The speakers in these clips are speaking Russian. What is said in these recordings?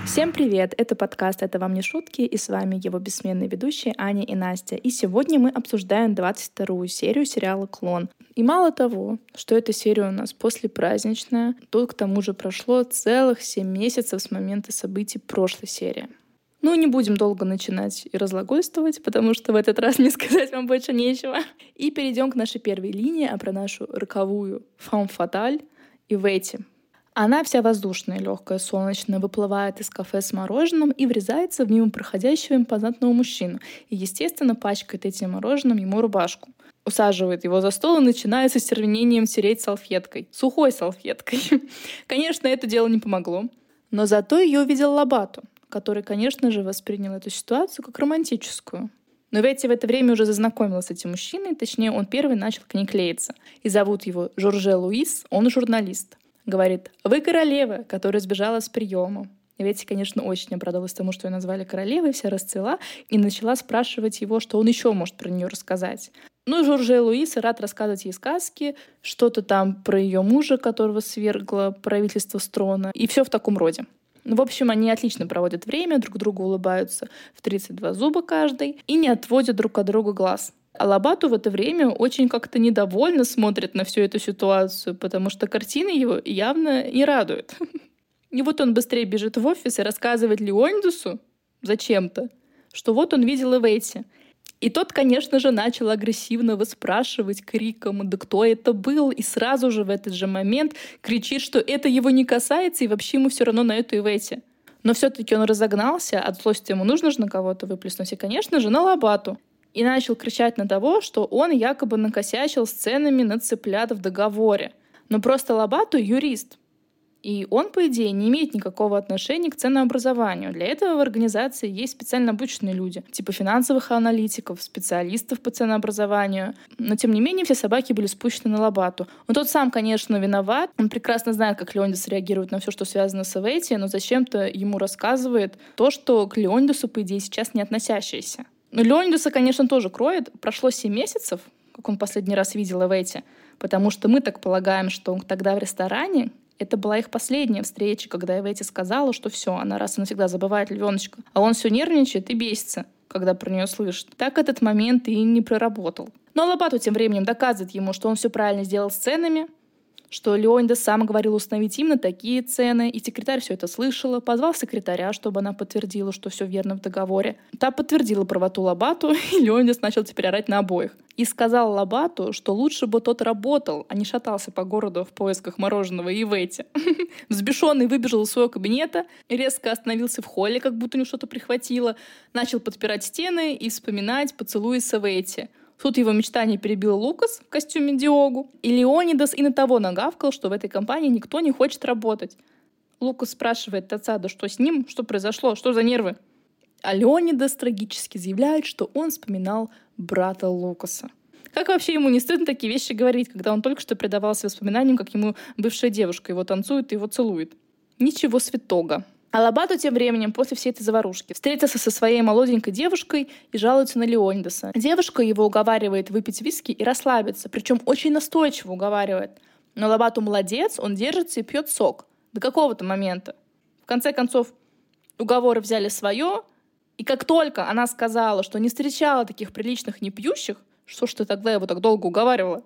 Всем привет! Это подкаст «Это вам не шутки», и с вами его бессменные ведущие Аня и Настя. И сегодня мы обсуждаем 22-ю серию сериала «Клон». И мало того, что эта серия у нас послепраздничная, тут к тому же прошло целых 7 месяцев с момента событий прошлой серии. Ну, не будем долго начинать и разглагольствовать, потому что в этот раз мне сказать вам больше нечего. И перейдем к нашей первой линии, про нашу роковую фemme fatale Иветти. Она вся воздушная, легкая, солнечная, выплывает из кафе с мороженым и врезается в мимо проходящего импозантного мужчину. И, естественно, пачкает этим мороженым ему рубашку. Усаживает его за стол и начинает со стервенением тереть салфеткой. Сухой салфеткой. Конечно, это дело не помогло. Но зато ее увидел Лобато, который, конечно же, воспринял эту ситуацию как романтическую. Но Иветти в это время уже зазнакомилась с этим мужчиной, точнее, он первый начал к ней клеиться. И зовут его Жорже Луис, он журналист. Говорит: «Вы королева, которая сбежала с приема». Иветти, конечно, очень обрадовалась тому, что ее назвали королевой, вся расцвела, и начала спрашивать его, что он еще может про нее рассказать. Ну, Жорже Луис рад рассказывать ей сказки, что-то там про ее мужа, которого свергло правительство с трона, и все в таком роде. В общем, они отлично проводят время, друг другу улыбаются в 32 зуба каждый и не отводят друг от друга глаз. А Лобато в это время очень как-то недовольно смотрит на всю эту ситуацию, потому что картина его явно не радует. И вот он быстрее бежит в офис и рассказывает Леонидасу зачем-то, что вот он видел Иветти. И тот, конечно же, начал агрессивно выспрашивать криком: «Да кто это был?» И сразу же в этот же момент кричит, что это его не касается, и вообще ему все равно на эту Иветти. Но все-таки он разогнался, от злости ему нужно же на кого-то выплеснуть, и, конечно же, на Лобато. И начал кричать на того, что он якобы накосячил с ценами на цыплят в договоре. Но просто Лобато юрист. И он, по идее, не имеет никакого отношения к ценообразованию. Для этого в организации есть специально обученные люди, типа финансовых аналитиков, специалистов по ценообразованию. Но, тем не менее, все собаки были спущены на Лобато. Он тот сам, конечно, виноват. Он прекрасно знает, как Леонидас реагирует на все, что связано с Иветти, но зачем-то ему рассказывает то, что к Леонидасу, по идее, сейчас не относящееся. Но Леонидаса, конечно, тоже кроет. Прошло 7 месяцев, как он последний раз видел Иветти, потому что мы так полагаем, что он тогда в ресторане. Это была их последняя встреча, когда Иветти сказала, что все, она раз и навсегда забывает львеночка. А он все нервничает и бесится, когда про нее слышит. Так этот момент и не проработал. Но Лобато тем временем доказывает ему, что он все правильно сделал с ценами, что Леонидас сам говорил установить именно такие цены, и секретарь все это слышала, позвал секретаря, чтобы она подтвердила, что все верно в договоре. Та подтвердила правоту Лобато, и Леонидас начал теперь орать на обоих. И сказал Лобато, что лучше бы тот работал, а не шатался по городу в поисках мороженого и Иветти. Взбешенный выбежал из своего кабинета, резко остановился в холле, как будто у него что-то прихватило, начал подпирать стены и вспоминать поцелуи с Иветти. Тут его мечтание перебил Лукас в костюме Диогу, и Леонидас и на того нагавкал, что в этой компании никто не хочет работать. Лукас спрашивает отца: да что с ним, что произошло, что за нервы? А Леонидас трагически заявляет, что он вспоминал брата Лукаса. Как вообще ему не стыдно такие вещи говорить, когда он только что предавался воспоминаниям, как ему бывшая девушка его танцует и его целует? Ничего святого. А Лобато тем временем, после всей этой заварушки, встретился со своей молоденькой девушкой и жалуется на Леонидаса. Девушка его уговаривает выпить виски и расслабиться, причем очень настойчиво уговаривает. Но Лобато молодец, он держится и пьет сок. До какого-то момента. В конце концов, уговоры взяли свое, и как только она сказала, что не встречала таких приличных непьющих, что ж ты тогда его так долго уговаривала,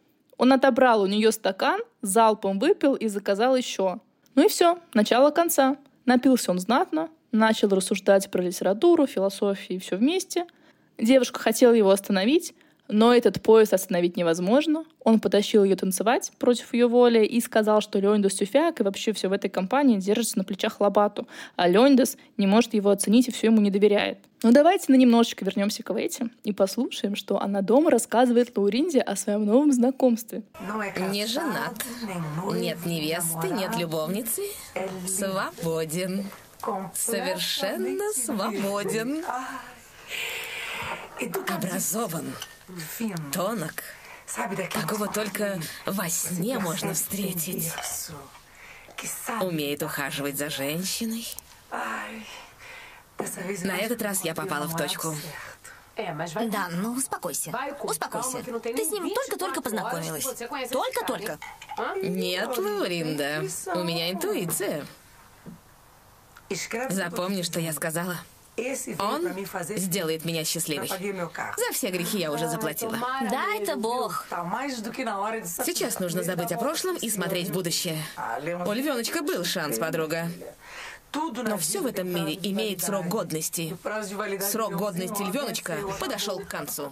он отобрал у нее стакан, залпом выпил и заказал еще. Ну и все, начало конца. Напился он знатно, начал рассуждать про литературу, философию и все вместе. Девушка хотела его остановить, но этот поезд остановить невозможно. Он потащил ее танцевать против ее воли и сказал, что Леонидас тюфяк, и вообще все в этой компании держится на плечах Лобато, а Леонидас не может его оценить и все ему не доверяет. Но давайте на немножечко вернемся к Иветти и послушаем, что она дома рассказывает Лауринде о своем новом знакомстве. Не женат, нет невесты, нет любовницы, свободен, совершенно свободен, образован, тонок, такого только во сне можно встретить, умеет ухаживать за женщиной. На этот раз я попала в точку. Да, ну успокойся. Успокойся. Ты с ним только-только познакомилась. Только-только. Нет, Лауринда, у меня интуиция. Запомни, что я сказала. Он сделает меня счастливой. За все грехи я уже заплатила. Да, это Бог. Сейчас нужно забыть о прошлом и смотреть в будущее. У львеночка был шанс, подруга. Но все в этом мире имеет срок годности. Срок годности львеночка подошел к концу.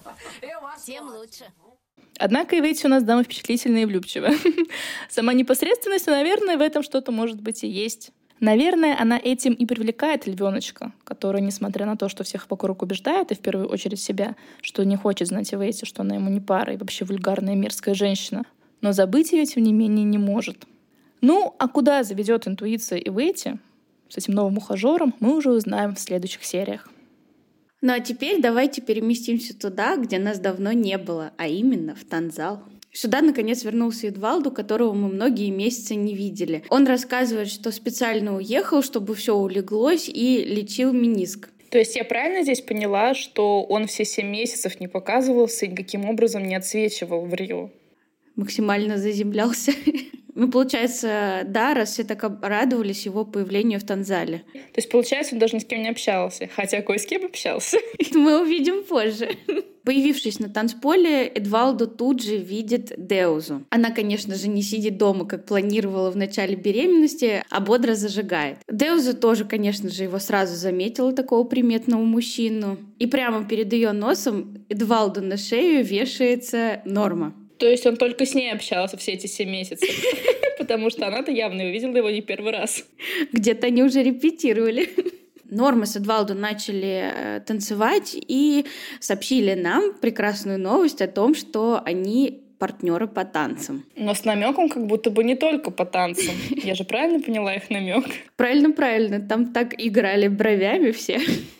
Тем лучше. Однако и ведь у нас дамы впечатлительные и влюбчивые. Сама непосредственность, наверное, в этом что-то, может быть, и есть. Наверное, она этим и привлекает львеночка, который, несмотря на то, что всех вокруг убеждает, и в первую очередь себя, что не хочет знать Ивейти, что она ему не пара и вообще вульгарная мерзкая женщина, но забыть ее, тем не менее, не может. Ну, а куда заведет интуиция Ивейти с этим новым ухажером, мы уже узнаем в следующих сериях. Ну а теперь давайте переместимся туда, где нас давно не было, а именно в Танзал. Сюда, наконец, вернулся Эдвалду, которого мы многие месяцы не видели. Он рассказывает, что специально уехал, чтобы все улеглось, и лечил мениск. То есть я правильно здесь поняла, что он все 7 месяцев не показывался и никаким образом не отсвечивал в Рио? Максимально заземлялся. Ну, получается, да, раз все так радовались его появлению в Танзале. То есть, получается, он даже ни с кем не общался, хотя кое с кем общался. Мы увидим позже. Появившись на танцполе, Эдвалдо тут же видит Деузу. Она, конечно же, не сидит дома, как планировала в начале беременности, а бодро зажигает. Деуза тоже, конечно же, его сразу заметила, такого приметного мужчину. И прямо перед ее носом Эдвалдо на шею вешается Норма. То есть он только с ней общался все эти 7 месяцев, потому что она-то явно увидела его не первый раз. Где-то они уже репетировали. Норма с Эдвалдо начали танцевать и сообщили нам прекрасную новость о том, что они партнеры по танцам. Но с намеком как будто бы не только по танцам. Я же правильно поняла их намек? Правильно. Там так играли бровями все.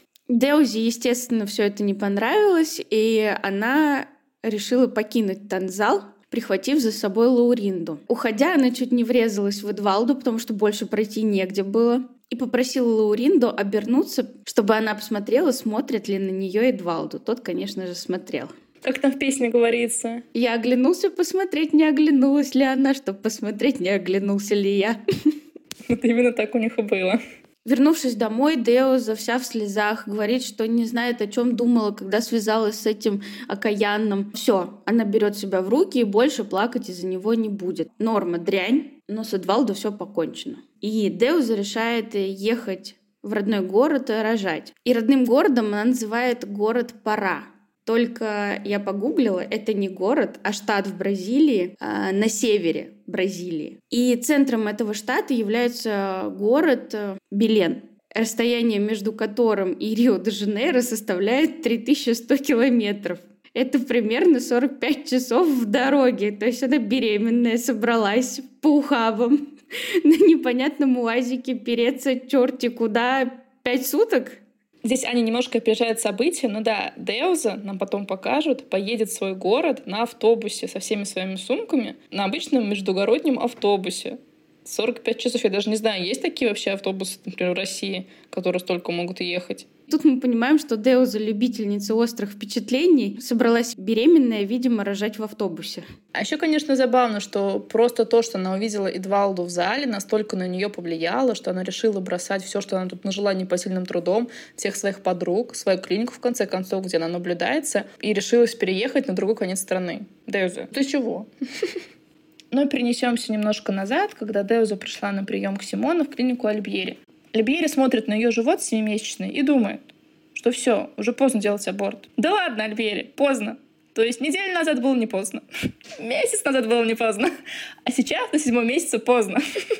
Деузе, естественно, все это не понравилось, и она решила покинуть танцзал, прихватив за собой Лауринду. Уходя, она чуть не врезалась в Эдвалду, потому что больше пройти негде было, и попросила Лауринду обернуться, чтобы она посмотрела, смотрит ли на нее Эдвалду. Тот, конечно же, смотрел. Как там в песне говорится? Я оглянулся посмотреть, не оглянулась ли она, чтобы посмотреть, не оглянулся ли я. Вот именно так у них и было. Вернувшись домой, Деуза вся в слезах говорит, что не знает, о чем думала, когда связалась с этим окаянным. Все, она берет себя в руки и больше плакать из-за него не будет. Норма дрянь, но с Эдвалдо все покончено. И Деуза решает ехать в родной город и рожать. И родным городом она называет город Пара. Только я погуглила, это не город, а штат в Бразилии, на севере Бразилии. И центром этого штата является город Белен, расстояние между которым и Рио-де-Жанейро составляет 3100 километров. Это примерно 45 часов в дороге. То есть она беременная собралась по ухабам на непонятном уазике переться черти куда 5 суток. Здесь Аня немножко опережает события, но да, Деуза, нам потом покажут, поедет в свой город на автобусе со всеми своими сумками, на обычном междугороднем автобусе. 45 часов, я даже не знаю, есть такие вообще автобусы, например, в России, которые столько могут ехать. Тут мы понимаем, что Деуза, любительница острых впечатлений, собралась беременная, видимо, рожать в автобусе. А еще, конечно, забавно, что просто то, что она увидела Эдвалду в зале, настолько на нее повлияло, что она решила бросать все, что она тут нажила непосильным трудом, всех своих подруг, свою клинику, в конце концов, где она наблюдается, и решилась переехать на другой конец страны. Деуза, ты чего? Но перенесемся немножко назад, когда Деуза пришла на прием к Симону в клинику Альбьери. Альбьери смотрит на ее живот 7-месячный и думает, что все, уже поздно делать аборт. Да ладно, Альбьери, поздно. То есть неделю назад было не поздно. Месяц назад было не поздно. А сейчас на 7-м месяце поздно.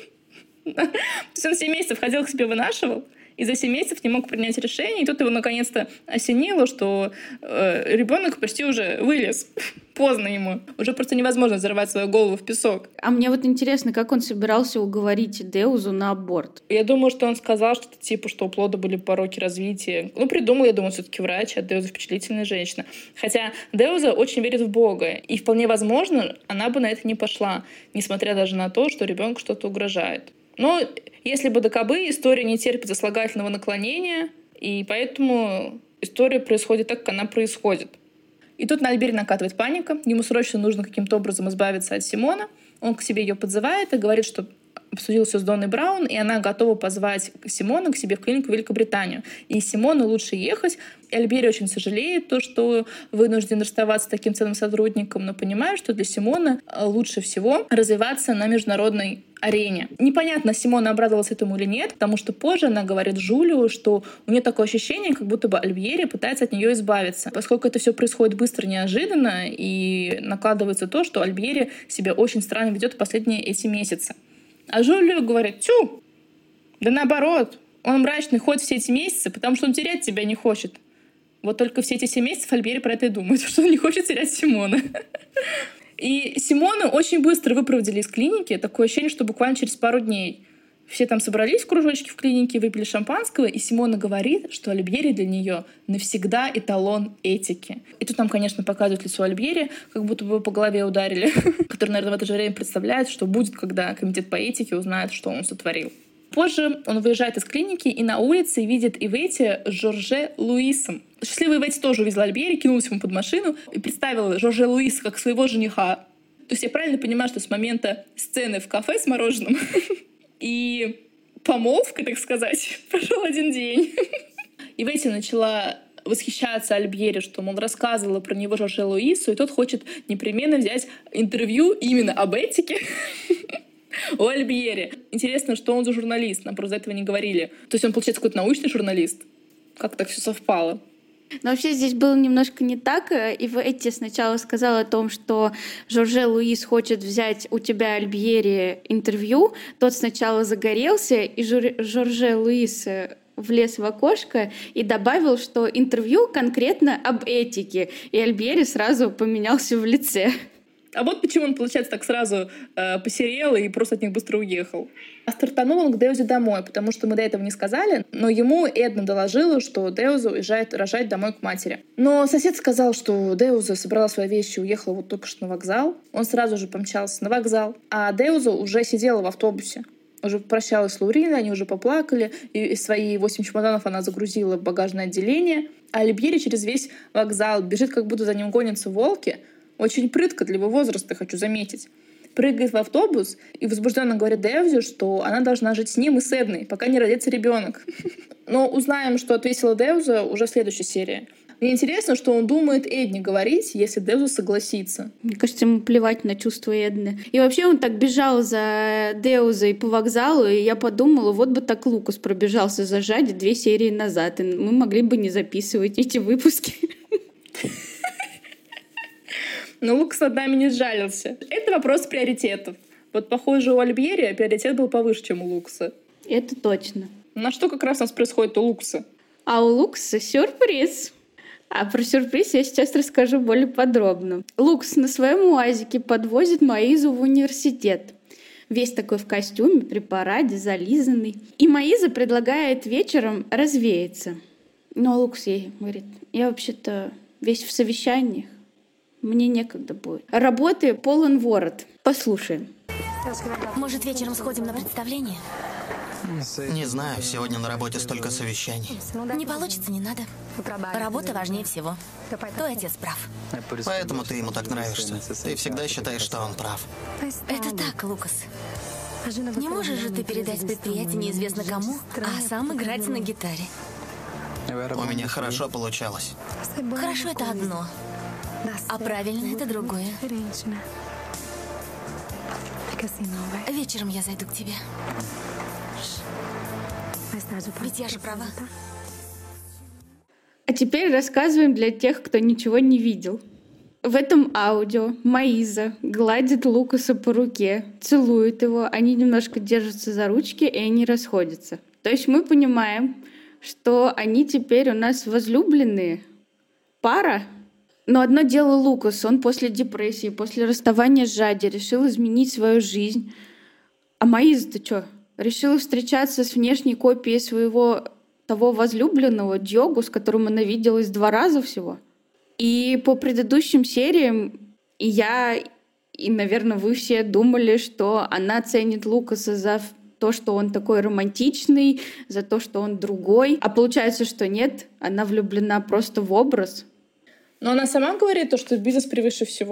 То есть он 7 месяцев ходил к себе, вынашивал, и за 7 месяцев не мог принять решение, и тут его наконец-то осенило, что ребенок почти уже вылез. Поздно ему. Уже просто невозможно взорвать свою голову в песок. А мне вот интересно, как он собирался уговорить Деузу на аборт? Я думаю, что он сказал что-то типа, что у плода были пороки развития. Ну, придумал, я думаю, все-таки врач, а Деуза впечатлительная женщина. Хотя Деуза очень верит в Бога, и вполне возможно, она бы на это не пошла, несмотря даже на то, что ребенку что-то угрожает. Но если бы докобы, история не терпит сослагательного наклонения, и поэтому история происходит так, как она происходит. И тут на Альбери накатывает паника, ему срочно нужно каким-то образом избавиться от Симона, он к себе ее подзывает и говорит, что обсудил все с Донной Браун, и она готова позвать Симона к себе в клинику в Великобританию. И Симону лучше ехать. И Альбери очень сожалеет, что вынужден расставаться с таким ценным сотрудником, но понимает, что для Симона лучше всего развиваться на международной арене. Непонятно, Симона обрадовалась этому или нет, потому что позже она говорит Жюлю, что у нее такое ощущение, как будто бы Альбери пытается от нее избавиться. Поскольку это все происходит быстро, неожиданно, и накладывается то, что Альбери себя очень странно ведет в последние эти месяцы. А Жюлю говорит: тю, да наоборот, он мрачный ходит все эти месяцы, потому что он терять тебя не хочет. Вот только все эти 7 месяцев Альбери про это и думает, что он не хочет терять Симона. И Симону очень быстро выпроводили из клиники. Такое ощущение, что буквально через пару дней все там собрались в кружочке в клинике, выпили шампанского, и Симона говорит, что Альбери для нее навсегда эталон этики. И тут нам, конечно, показывают лицо Альбери, как будто бы по голове ударили, который, наверное, в это же время представляет, что будет, когда комитет по этике узнает, что он сотворил. Позже он выезжает из клиники и на улице видит Иветти с Жорже Луисом. Счастливая Иветти тоже увидела Альбери, кинулась ему под машину и представила Жорже Луиса как своего жениха. То есть я правильно понимаю, что с момента сцены в кафе с мороженым и помолвкой, так сказать, прошел один день. Иветти начала восхищаться Альбери, что, мол, рассказывала про него Жорже Луису, и тот хочет непременно взять интервью именно об этике у Альбери. Интересно, что он за журналист, нам просто этого не говорили. То есть он, получается, какой-то научный журналист? Как так все совпало? Но вообще здесь было немножко не так. Иветти сначала сказала о том, что Жорже Луис хочет взять у тебя, Альбери, интервью. Тот сначала загорелся, и Жорже Луис влез в окошко и добавил, что интервью конкретно об этике. И Альбери сразу поменялся в лице. А вот почему он, получается, так сразу посерел и просто от них быстро уехал. А стартанул он к Деузе домой, потому что мы до этого не сказали, но ему Эдна доложила, что Деуза уезжает рожать домой к матери. Но сосед сказал, что Деуза собрала свои вещи и уехала вот только что на вокзал. Он сразу же помчался на вокзал, а Деуза уже сидела в автобусе. Уже попрощалась с Лауриной, они уже поплакали, и свои 8 чемоданов она загрузила в багажное отделение. А Альбери через весь вокзал бежит, как будто за ним гонятся волки. Очень прытко для его возраста, хочу заметить. Прыгает в автобус и возбужденно говорит Деузе, что она должна жить с ним и с Эдной, пока не родится ребенок. Но узнаем, что ответила Деуза уже в следующей серии. Мне интересно, что он думает Эдне говорить, если Деуза согласится. Мне кажется, ему плевать на чувства Эдны. И вообще он так бежал за Деузой по вокзалу, и я подумала, вот бы так Лукас пробежался за Жади 2 серии назад, и мы могли бы не записывать эти выпуски. Но Лукас над нами не сжалился. Это вопрос приоритетов. Вот, похоже, у Альбери приоритет был повыше, чем у Лукаса. Это точно. На что как раз у нас происходит у Лукаса? А у Лукаса сюрприз. А про сюрприз я сейчас расскажу более подробно. Лукас на своем УАЗике подвозит Маизу в университет. Весь такой в костюме, при параде, зализанный. И Маиза предлагает вечером развеяться. Но Лукас ей говорит: я вообще-то весь в совещаниях. Мне некогда будет. Работы полон ворот. Послушаем. Может, вечером сходим на представление? Не знаю, сегодня на работе столько совещаний. Не получится, не надо. Работа важнее всего. Твой отец прав. Поэтому ты ему так нравишься. Ты всегда считаешь, что он прав. Это так, Лукас. Не можешь же ты передать предприятие неизвестно кому, а сам играть на гитаре? У меня хорошо получалось. Хорошо, это одно. А правильно, это другое. Вечером я зайду к тебе. Ведь я же права. А теперь рассказываем для тех, кто ничего не видел. В этом аудио Маиза гладит Лукаса по руке, целует его, они немножко держатся за ручки, и они расходятся. То есть мы понимаем, что они теперь у нас возлюбленные, пара. Но одно дело Лукас, он после депрессии, после расставания с Жади решил изменить свою жизнь. А Маиза-то что? Решила встречаться с внешней копией своего того возлюбленного Дьогу, с которым она виделась 2 раза всего. И по предыдущим сериям и я, и, наверное, вы все думали, что она ценит Лукаса за то, что он такой романтичный, за то, что он другой. А получается, что нет, она влюблена просто в образ. Но она сама говорит, что бизнес превыше всего. То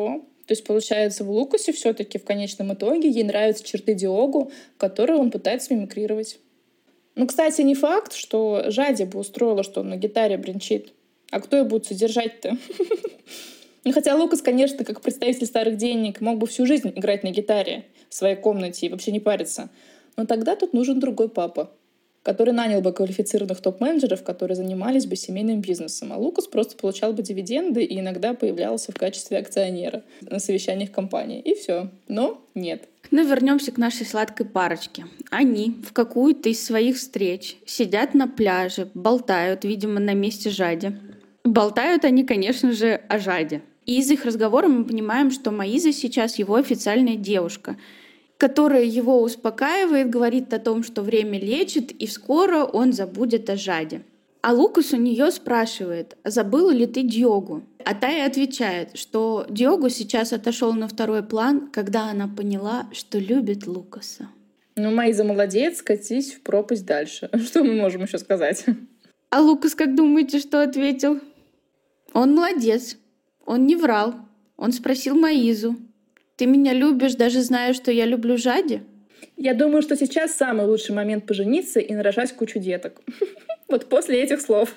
То есть, получается, в Лукасе все-таки в конечном итоге ей нравятся черты Диогу, которые он пытается мимикрировать. Ну, кстати, не факт, что Жади бы устроила, что он на гитаре бренчит. А кто ее будет содержать-то? Ну, хотя Лукас, конечно, как представитель старых денег, мог бы всю жизнь играть на гитаре в своей комнате и вообще не париться. Но тогда тут нужен другой папа, который нанял бы квалифицированных топ-менеджеров, которые занимались бы семейным бизнесом. А Лукас просто получал бы дивиденды и иногда появлялся в качестве акционера на совещаниях компании. И все. Но нет. Но вернемся к нашей сладкой парочке. Они в какую-то из своих встреч сидят на пляже, болтают, видимо, на месте Жади. Болтают они, конечно же, о Жаде. И из их разговора мы понимаем, что Маиза сейчас его официальная девушка, которая его успокаивает, говорит о том, что время лечит, и скоро он забудет о Жаде. А Лукас у нее спрашивает, забыла ли ты Диогу? А та и отвечает, что Диогу сейчас отошел на второй план, когда она поняла, что любит Лукаса. Ну, Маиза молодец, катись в пропасть дальше. Что мы можем еще сказать? А Лукас, как думаете, что ответил? Он молодец, он не врал, он спросил Маизу. Ты меня любишь, даже зная, что я люблю Жади? Я думаю, что сейчас самый лучший момент пожениться и нарожать кучу деток. Вот после этих слов.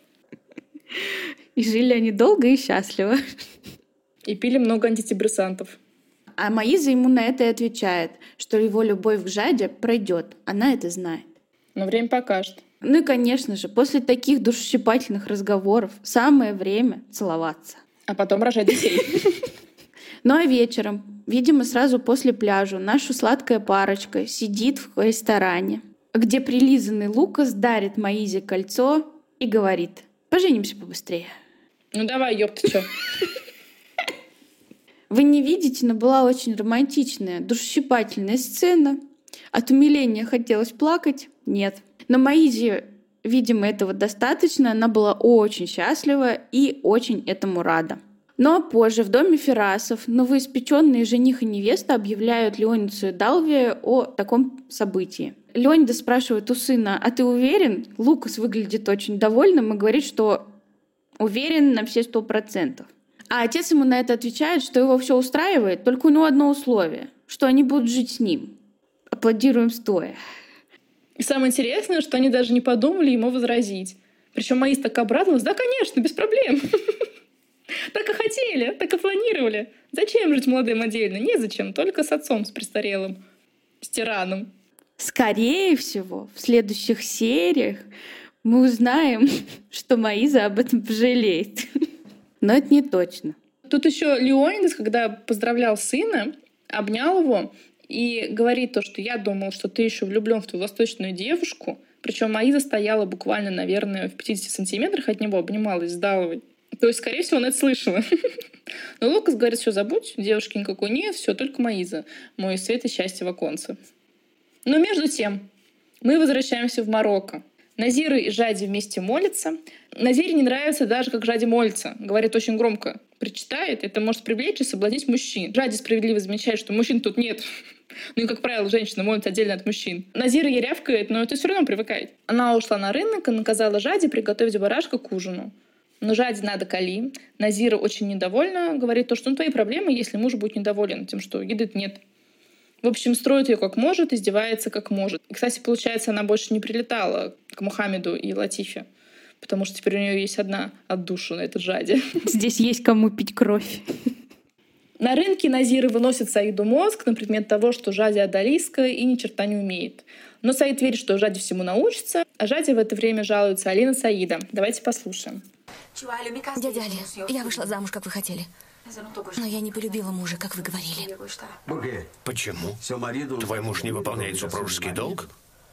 И жили они долго и счастливо. И пили много антидепрессантов. А Маиза ему на это и отвечает, что его любовь к Жаде пройдет. Она это знает. Но время покажет. Ну и, конечно же, после таких душещипательных разговоров самое время целоваться. А потом рожать детей. Ну а вечером, видимо, сразу после пляжа, наша сладкая парочка сидит в ресторане, где прилизанный Лукас дарит Маизе кольцо и говорит: «Поженимся побыстрее». Ну давай, ёпта, чё? Вы не видите, но была очень романтичная, душещипательная сцена. От умиления хотелось плакать? Нет. Но Маизе, видимо, этого достаточно. Она была очень счастлива и очень этому рада. Но позже в доме Феррасов новоиспеченные жених и невеста объявляют Леонидасу и Далве о таком событии. Леонидас спрашивает у сына: «А ты уверен?» Лукас выглядит очень довольным и говорит, что уверен на все 100%. А отец ему на это отвечает, что его все устраивает, только у него одно условие, что они будут жить с ним. Аплодируем стоя. И самое интересное, что они даже не подумали ему возразить. Причем Маиз так обрадовалась: да, конечно, без проблем. Так и хотели, так и планировали. Зачем жить молодым отдельно? Незачем, только с отцом, с престарелым, с тираном. Скорее всего, в следующих сериях мы узнаем, что Маиза об этом пожалеет. Но это не точно. Тут еще Леонидас, когда поздравлял сына, обнял его и говорит то, что я думал, что ты еще влюблен в твою восточную девушку. Причем Маиза стояла буквально, наверное, в 50 сантиметрах от него, обнималась с Даловой. То есть, скорее всего, он это слышала. Но Лукас говорит: все, забудь, девушки никакой нет, все, только Маиза. Мой свет и счастье в оконце. Но между тем, мы возвращаемся в Марокко. Назира и Жади вместе молятся. Назире не нравится даже, как Жади молится. Говорит очень громко, причитает. Это может привлечь и соблазнить мужчин. Жади справедливо замечает, что мужчин тут нет. Ну и, как правило, женщина молится отдельно от мужчин. Назира ей рявкает, но это все равно привыкает. Она ушла на рынок и наказала Жади приготовить барашка к ужину. Но Жади надо кали. Назира очень недовольна. Говорит то, что твои проблемы, если муж будет недоволен тем, что еды нет. В общем, строит ее как может, издевается как может. И, кстати, получается, она больше не прилетала к Мухаммеду и Латифе, потому что теперь у нее есть одна отдушина, это Жади. Здесь есть кому пить кровь. На рынке Назира выносит Саиду мозг на предмет того, что Жади одалиска и ни черта не умеет. Но Саид верит, что Жади всему научится, а Жади в это время жалуется Алина Саида. Давайте послушаем. Дядя Али, я вышла замуж, как вы хотели. Но я не полюбила мужа, как вы говорили. Почему? Твой муж не выполняет супружеский долг?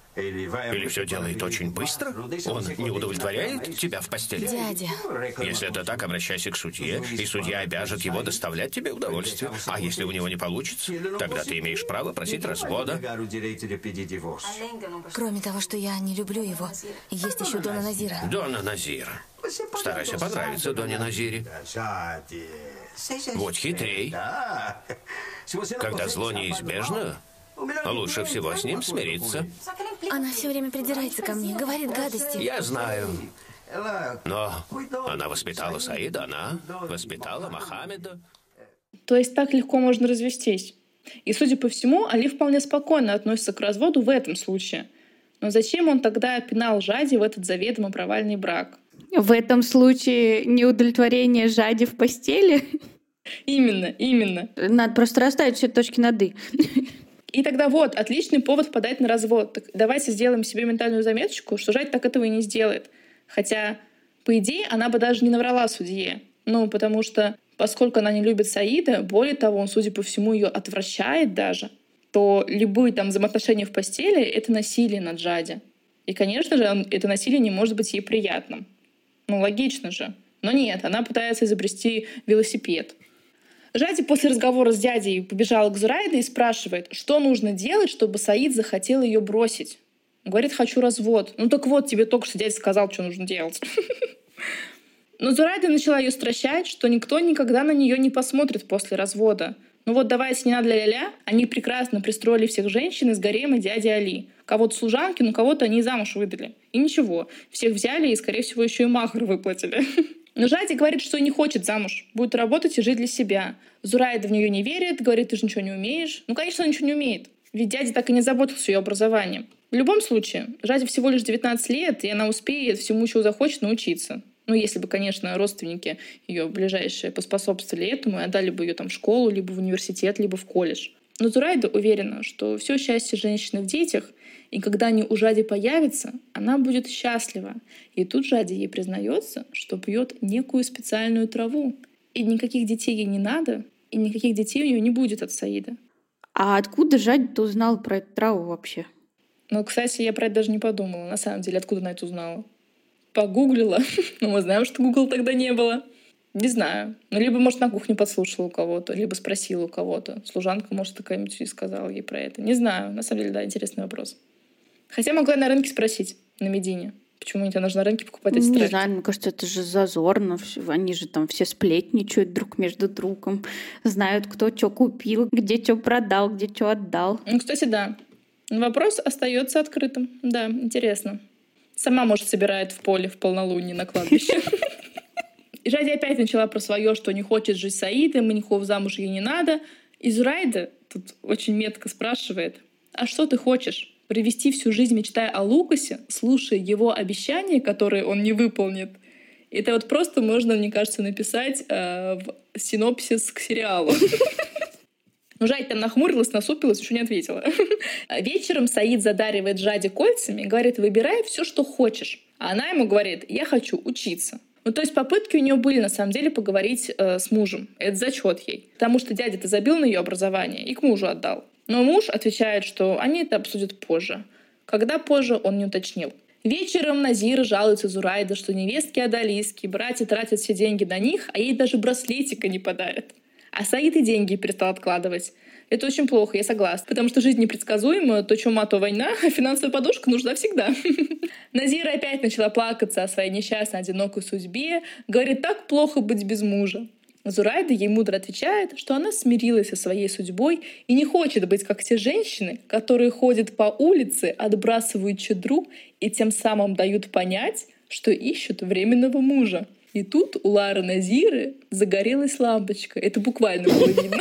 Или все делает очень быстро? Он не удовлетворяет тебя в постели? Дядя. Если это так, обращайся к судье, и судья обяжет его доставлять тебе удовольствие. А если у него не получится, тогда ты имеешь право просить развода. Кроме того, что я не люблю его, есть еще Дона Назира. Дона Назира. Старайся понравиться Доне Назире. Будь хитрей. Когда зло неизбежно, лучше всего с ним смириться. Она все время придирается ко мне, говорит гадости. Я знаю. Но она воспитала Саида, она воспитала Мохаммеда. То есть так легко можно развестись. И, судя по всему, Али вполне спокойно относится к разводу в этом случае. Но зачем он тогда пинал Жади в этот заведомо провальный брак? В этом случае неудовлетворение Жади в постели? Именно. Надо просто расставить все точки над «и». И тогда вот, отличный повод подать на развод. Так давайте сделаем себе ментальную заметочку, что Жадь так этого и не сделает. Хотя, по идее, она бы даже не наврала судье. Потому что, поскольку она не любит Саида, более того, он, судя по всему, ее отвращает даже, то любые там взаимоотношения в постели — это насилие над Жади. И, конечно же, это насилие не может быть ей приятным. Логично же. Но нет, она пытается изобрести велосипед. Жади после разговора с дядей побежала к Зурайде и спрашивает, что нужно делать, чтобы Саид захотел ее бросить. Он говорит: хочу развод. Так вот, тебе только что дядя сказал, что нужно делать. Но Зурайда начала ее стращать, что никто никогда на нее не посмотрит после развода. Давайте не надо ля-ля-ля. Они прекрасно пристроили всех женщин из гарема дяди Али. Кого-то служанки, кого-то они замуж выдали. И ничего, всех взяли и, скорее всего, еще и махр выплатили. Но Жади говорит, что не хочет замуж. Будет работать и жить для себя. Зурайда в нее не верит, говорит: ты же ничего не умеешь. Конечно, он ничего не умеет. Ведь дядя так и не заботился ее образованием. В любом случае, Жади всего лишь 19 лет, и она успеет всему, чего захочет, научиться. Если бы, конечно, родственники ее ближайшие поспособствовали этому и отдали бы ее в школу, либо в университет, либо в колледж. Но Зурайда уверена, что все счастье женщины в детях, и когда они у Жади появятся, она будет счастлива. И тут Жади ей признается, что пьет некую специальную траву. И никаких детей ей не надо, и никаких детей у нее не будет от Саида. А откуда Жади-то узнала про эту траву вообще? Кстати, я про это даже не подумала. На самом деле, откуда она это узнала? Погуглила. Но мы знаем, что Google тогда не было. Не знаю. Либо, может, на кухне подслушала у кого-то, либо спросила у кого-то. Служанка, может, какая-нибудь и сказала ей про это. Не знаю. На самом деле, да, интересный вопрос. Хотя могла на рынке спросить, на Медине. Почему они-то нужно на рынке покупать эти травки? Не знаю, мне кажется, это же зазорно. Они же там все сплетничают друг между другом. Знают, кто что купил, где что продал, где что отдал. Кстати, да. Вопрос остается открытым. Да, интересно. Сама, может, собирает в поле в полнолуние на кладбище. И Жади опять начала про свое, что не хочет жить с Саидом, и никакого замуж ей не надо. И Зурайда тут очень метко спрашивает: а что ты хочешь? Провести всю жизнь, мечтая о Лукасе, слушая его обещания, которые он не выполнит? Это просто можно, мне кажется, написать в синопсис к сериалу. Жади там нахмурилась, насупилась, ничего не ответила. Вечером Саид задаривает Жади кольцами и говорит: выбирай все, что хочешь. А она ему говорит: я хочу учиться. То есть попытки у нее были, на самом деле, поговорить с мужем. Это зачет ей. Потому что дядя-то забил на ее образование и к мужу отдал. Но муж отвечает, что они это обсудят позже. Когда позже, он не уточнил. Вечером Назира жалуется Зурайда, что невестки одалийские, братья тратят все деньги на них, а ей даже браслетика не подарят. А Саид и деньги перестал откладывать. Это очень плохо, я согласна. Потому что жизнь непредсказуема, то чума, то война, а финансовая подушка нужна всегда. Назира опять начала плакаться о своей несчастной, одинокой судьбе. Говорит: так плохо быть без мужа. Зурайда ей мудро отвечает, что она смирилась со своей судьбой и не хочет быть как те женщины, которые ходят по улице, отбрасывают чадру и тем самым дают понять, что ищут временного мужа. И тут у Лары Назиры загорелась лампочка. Это буквально было видно.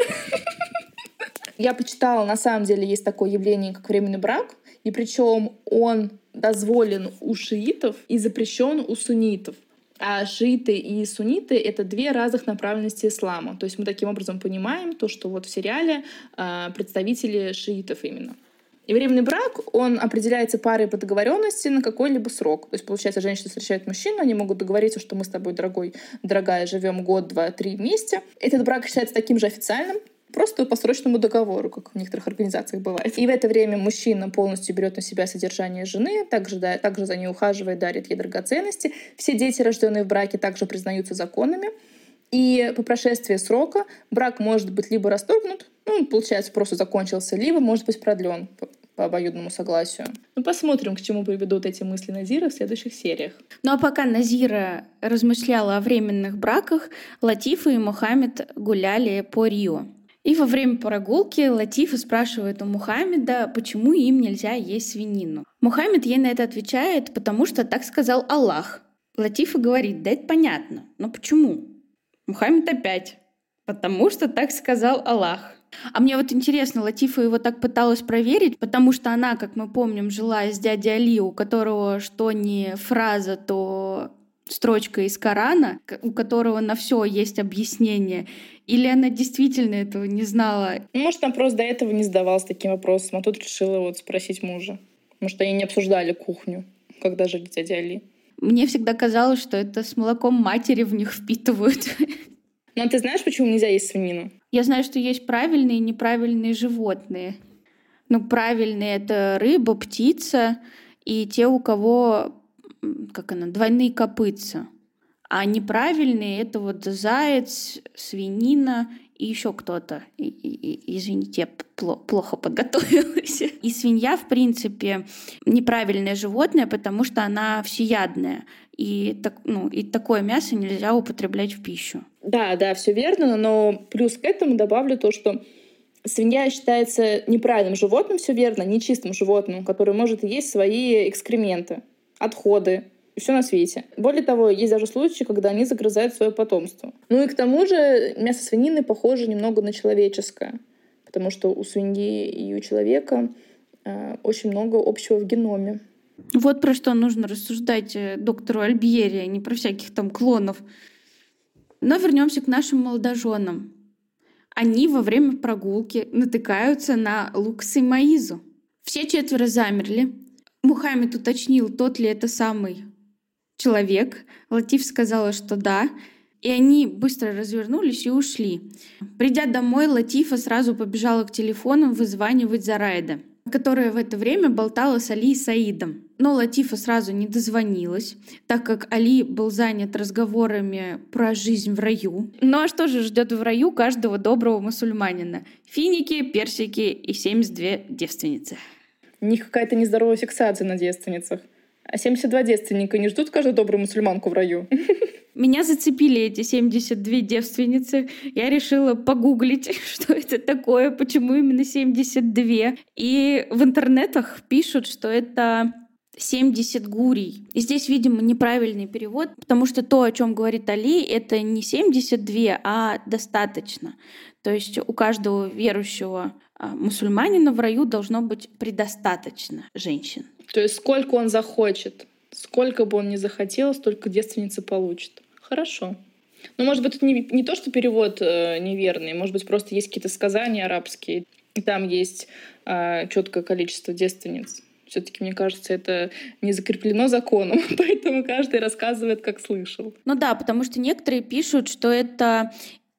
Я почитала, на самом деле есть такое явление, как временный брак. И причем он дозволен у шиитов и запрещен у суннитов. А шииты и сунниты — это две разных направленности ислама. То есть мы таким образом понимаем то, что в сериале представители шиитов именно. И временный брак, он определяется парой по договоренности на какой-либо срок. То есть, получается, женщина встречает мужчину, они могут договориться, что мы с тобой, дорогая, живем год, два, 3 вместе. Этот брак считается таким же официальным, просто по срочному договору, как в некоторых организациях бывает. И в это время мужчина полностью берет на себя содержание жены, также за ней ухаживает, дарит ей драгоценности. Все дети, рожденные в браке, также признаются законными. И по прошествии срока брак может быть либо расторгнут, получается, просто закончился, либо может быть продлен по обоюдному согласию. Посмотрим, к чему приведут эти мысли Назира в следующих сериях. А пока Назира размышляла о временных браках, Латифа и Мухаммед гуляли по Рио. И во время прогулки Латифа спрашивает у Мухаммеда, почему им нельзя есть свинину. Мухаммед ей на это отвечает: потому что так сказал Аллах. Латифа говорит: да это понятно, но почему? Мухаммед опять: Потому что так сказал Аллах. А мне вот интересно, Латифа его так пыталась проверить, потому что она, как мы помним, жила с дядей Али, у которого что не фраза, то строчка из Корана, у которого на все есть объяснение. Или она действительно этого не знала? Может, она просто до этого не задавалась таким вопросом, а тут решила вот спросить мужа. Может, они не обсуждали кухню, когда жили с дядей Али. Мне всегда казалось, что это с молоком матери в них впитывают. Но ты знаешь, почему нельзя есть свинину? Я знаю, что есть правильные и неправильные животные. Ну, правильные — это рыба, птица и те, у кого, двойные копытца. А неправильные — это вот заяц, свинина и еще кто-то. Извините, я плохо подготовилась. И свинья, в принципе, неправильное животное, потому что она всеядная. И такое мясо нельзя употреблять в пищу. Да, все верно, но плюс к этому добавлю то, что свинья считается неправильным животным, все верно, нечистым животным, которое может есть свои экскременты, отходы, все на свете. Более того, есть даже случаи, когда они загрызают свое потомство. Ну и к тому же мясо свинины похоже немного на человеческое, потому что у свиньи и у человека очень много общего в геноме. Вот про что нужно рассуждать доктору Альбьери, а не про всяких там клонов. Но вернемся к нашим молодоженам. Они во время прогулки натыкаются на Лукаса и Маизу. Все четверо замерли. Мухаммед уточнил, тот ли это самый человек. Латиф сказала, что да. И они быстро развернулись и ушли. Придя домой, Латифа сразу побежала к телефону вызванивать Зарайда, которая в это время болтала с Али и Саидом. Но Латифа сразу не дозвонилась, так как Али был занят разговорами про жизнь в раю. Ну а что же ждет в раю каждого доброго мусульманина? Финики, персики и 72 девственницы. У них какая-то нездоровая фиксация на девственницах. А 72 девственника не ждут каждую добрую мусульманку в раю. Меня зацепили эти 72 девственницы. Я решила погуглить, что это такое, почему именно 72. И в интернетах пишут, что это 70 гурий. И здесь, видимо, неправильный перевод, потому что то, о чем говорит Али, это не 72, а достаточно. То есть у каждого верующего мусульманина в раю должно быть предостаточно женщин. То есть сколько он захочет, сколько бы он ни захотел, столько девственницы получит. Хорошо. Но, может быть, это не то, что перевод неверный, может быть, просто есть какие-то сказания арабские, и там есть четкое количество девственниц. Все-таки, мне кажется, это не закреплено законом, поэтому каждый рассказывает, как слышал. Ну да, потому что некоторые пишут, что это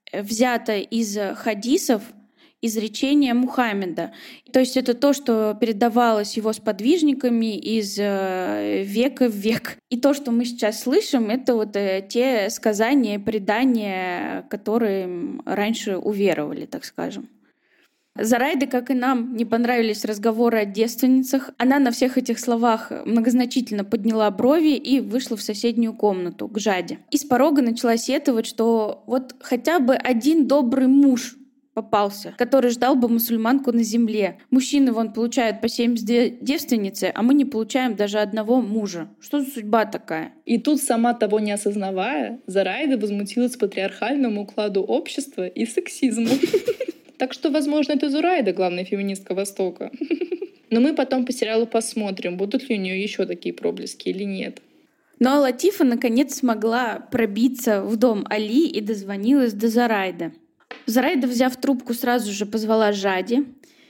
взято из хадисов, изречения Мухаммеда. То есть это то, что передавалось его сподвижниками из века в век. И то, что мы сейчас слышим, это вот те сказания, предания, которые раньше уверовали, так скажем. Зарайде, как и нам, не понравились разговоры о девственницах. Она на всех этих словах многозначительно подняла брови и вышла в соседнюю комнату, к Жаде. И с порога начала сетовать, что вот хотя бы один добрый муж попался, который ждал бы мусульманку на земле. Мужчины вон получают по 72 девственницы, а мы не получаем даже одного мужа. Что за судьба такая? И тут, сама того не осознавая, Зарайда возмутилась патриархальному укладу общества и сексизму. Так что, возможно, это Зурайда, главная феминистка Востока. Но мы потом по сериалу посмотрим, будут ли у нее еще такие проблески или нет. Ну а Латифа наконец смогла пробиться в дом Али и дозвонилась до Зарайды. Зарайда, взяв трубку, сразу же позвала Жади,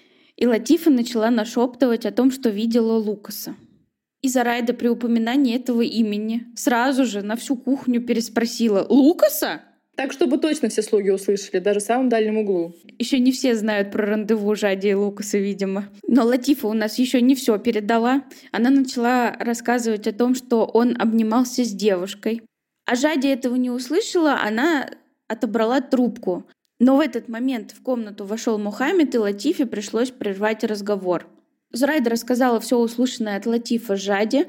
и Латифа начала нашептывать о том, что видела Лукаса. И Зарайда при упоминании этого имени сразу же на всю кухню переспросила: «Лукаса?» Так, чтобы точно все слуги услышали, даже в самом дальнем углу. Еще не все знают про рандеву Жади и Лукаса, видимо. Но Латифа у нас еще не все передала. Она начала рассказывать о том, что он обнимался с девушкой. А Жади этого не услышала, она отобрала трубку. Но в этот момент в комнату вошел Мухаммед, и Латифе пришлось прервать разговор. Зурайда рассказала все услышанное от Латифа Жади,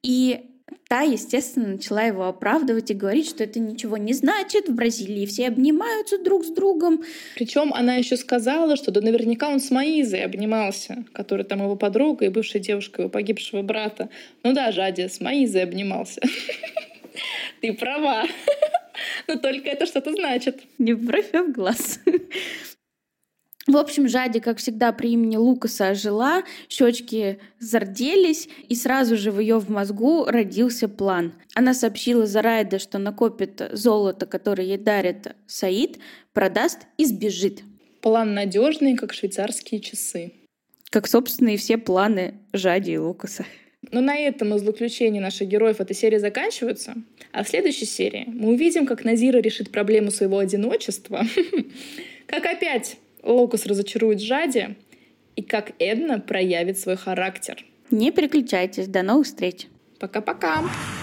и та, естественно, начала его оправдывать и говорить, что это ничего не значит, в Бразилии все обнимаются друг с другом. Причем она еще сказала, что да наверняка он с Маизой обнимался, которая там его подруга и бывшая девушка его погибшего брата. Ну да, Жади, с Маизой обнимался. Ты права. Но только это что-то значит. Не в бровь, а в глаз. В общем, Жади, как всегда, при имени Лукаса ожила, щечки зарделись, и сразу же в ее мозгу родился план. Она сообщила Зорайде, что накопит золото, которое ей дарит Саид, продаст и сбежит. План надежный, как швейцарские часы. Как, собственно, и все планы Жади и Лукаса. Но на этом злоключения наших героев этой серии заканчиваются. А в следующей серии мы увидим, как Назира решит проблему своего одиночества, как опять Лукас разочарует Жади, и как Эдна проявит свой характер. Не переключайтесь. До новых встреч. Пока-пока.